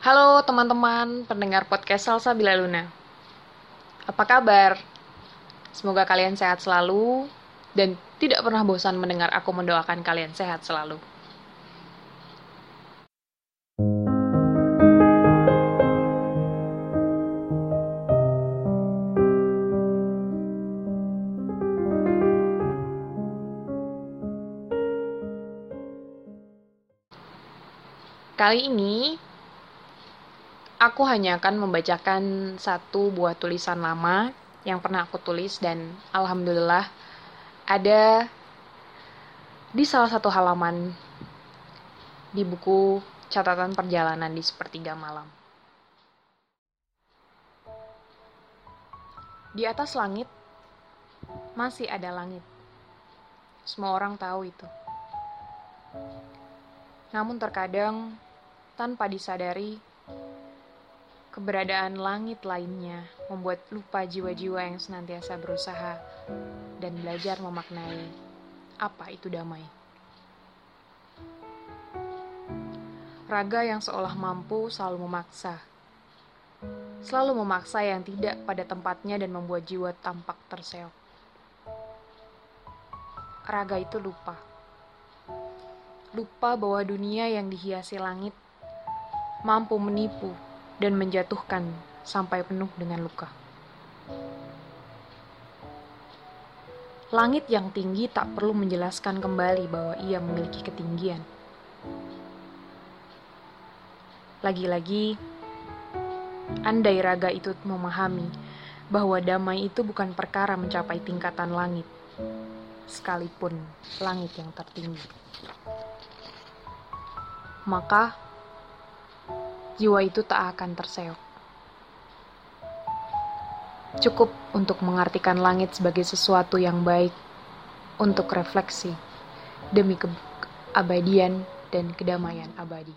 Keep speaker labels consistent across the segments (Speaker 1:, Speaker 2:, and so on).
Speaker 1: Halo teman-teman pendengar podcast Salsa Bila Luna. Apa kabar? Semoga kalian sehat selalu dan tidak pernah bosan mendengar aku mendoakan kalian sehat selalu. Kali ini aku hanya akan membacakan satu buah tulisan lama yang pernah aku tulis dan alhamdulillah ada di salah satu halaman di buku catatan perjalanan di sepertiga malam. Di atas langit masih ada langit. Semua orang tahu itu. Namun terkadang tanpa disadari, keberadaan langit lainnya membuat lupa jiwa-jiwa yang senantiasa berusaha dan belajar memaknai apa itu damai. Raga yang seolah mampu selalu memaksa yang tidak pada tempatnya dan membuat jiwa tampak terseok. Raga itu lupa bahwa dunia yang dihiasi langit mampu menipu dan menjatuhkan sampai penuh dengan luka. Langit yang tinggi tak perlu menjelaskan kembali bahwa ia memiliki ketinggian. Lagi-lagi, andai raga itu memahami bahwa damai itu bukan perkara mencapai tingkatan langit, sekalipun langit yang tertinggi, maka jiwa itu tak akan terseok. Cukup untuk mengartikan langit sebagai sesuatu yang baik untuk refleksi demi keabadian dan kedamaian abadi.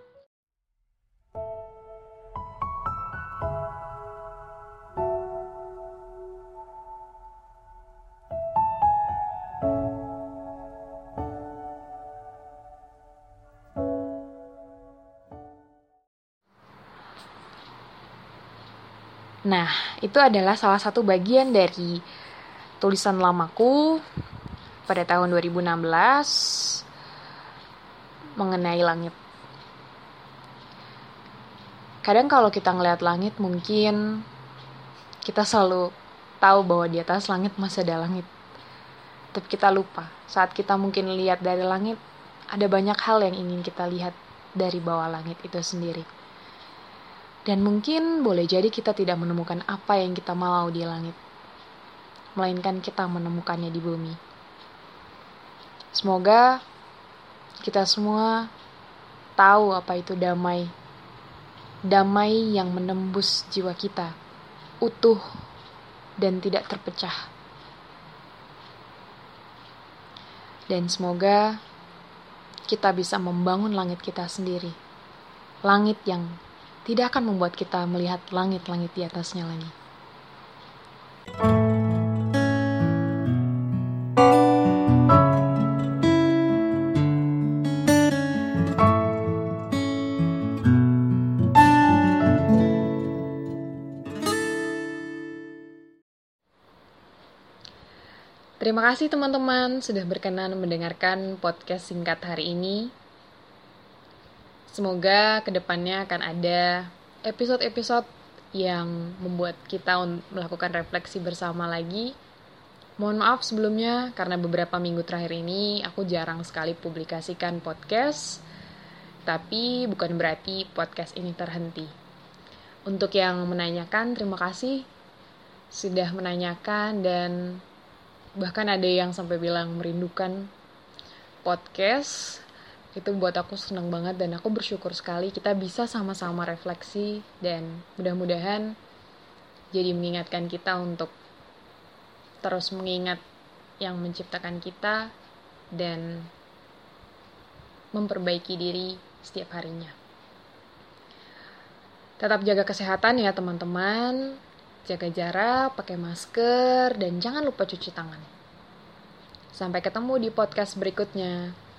Speaker 1: Nah, itu adalah salah satu bagian dari tulisan lamaku pada tahun 2016 mengenai langit. Kadang kalau kita ngeliat langit, mungkin kita selalu tahu bahwa di atas langit masih ada langit. Tapi kita lupa, saat kita mungkin lihat dari langit, ada banyak hal yang ingin kita lihat dari bawah langit itu sendiri. Dan mungkin boleh jadi kita tidak menemukan apa yang kita mau di langit, melainkan kita menemukannya di bumi. Semoga kita semua tahu apa itu damai. Damai yang menembus jiwa kita, utuh dan tidak terpecah. Dan semoga kita bisa membangun langit kita sendiri. Langit yang tidak akan membuat kita melihat langit-langit di atasnya lagi. Terima kasih teman-teman sudah berkenan mendengarkan podcast singkat hari ini. Semoga kedepannya akan ada episode-episode yang membuat kita melakukan refleksi bersama lagi. Mohon maaf sebelumnya karena beberapa minggu terakhir ini aku jarang sekali publikasikan podcast. Tapi bukan berarti podcast ini terhenti. Untuk yang menanyakan, terima kasih sudah menanyakan dan bahkan ada yang sampai bilang merindukan podcast. Itu buat aku senang banget dan aku bersyukur sekali kita bisa sama-sama refleksi dan mudah-mudahan jadi mengingatkan kita untuk terus mengingat yang menciptakan kita dan memperbaiki diri setiap harinya. Tetap jaga kesehatan ya teman-teman, jaga jarak, pakai masker, dan jangan lupa cuci tangan. Sampai ketemu di podcast berikutnya.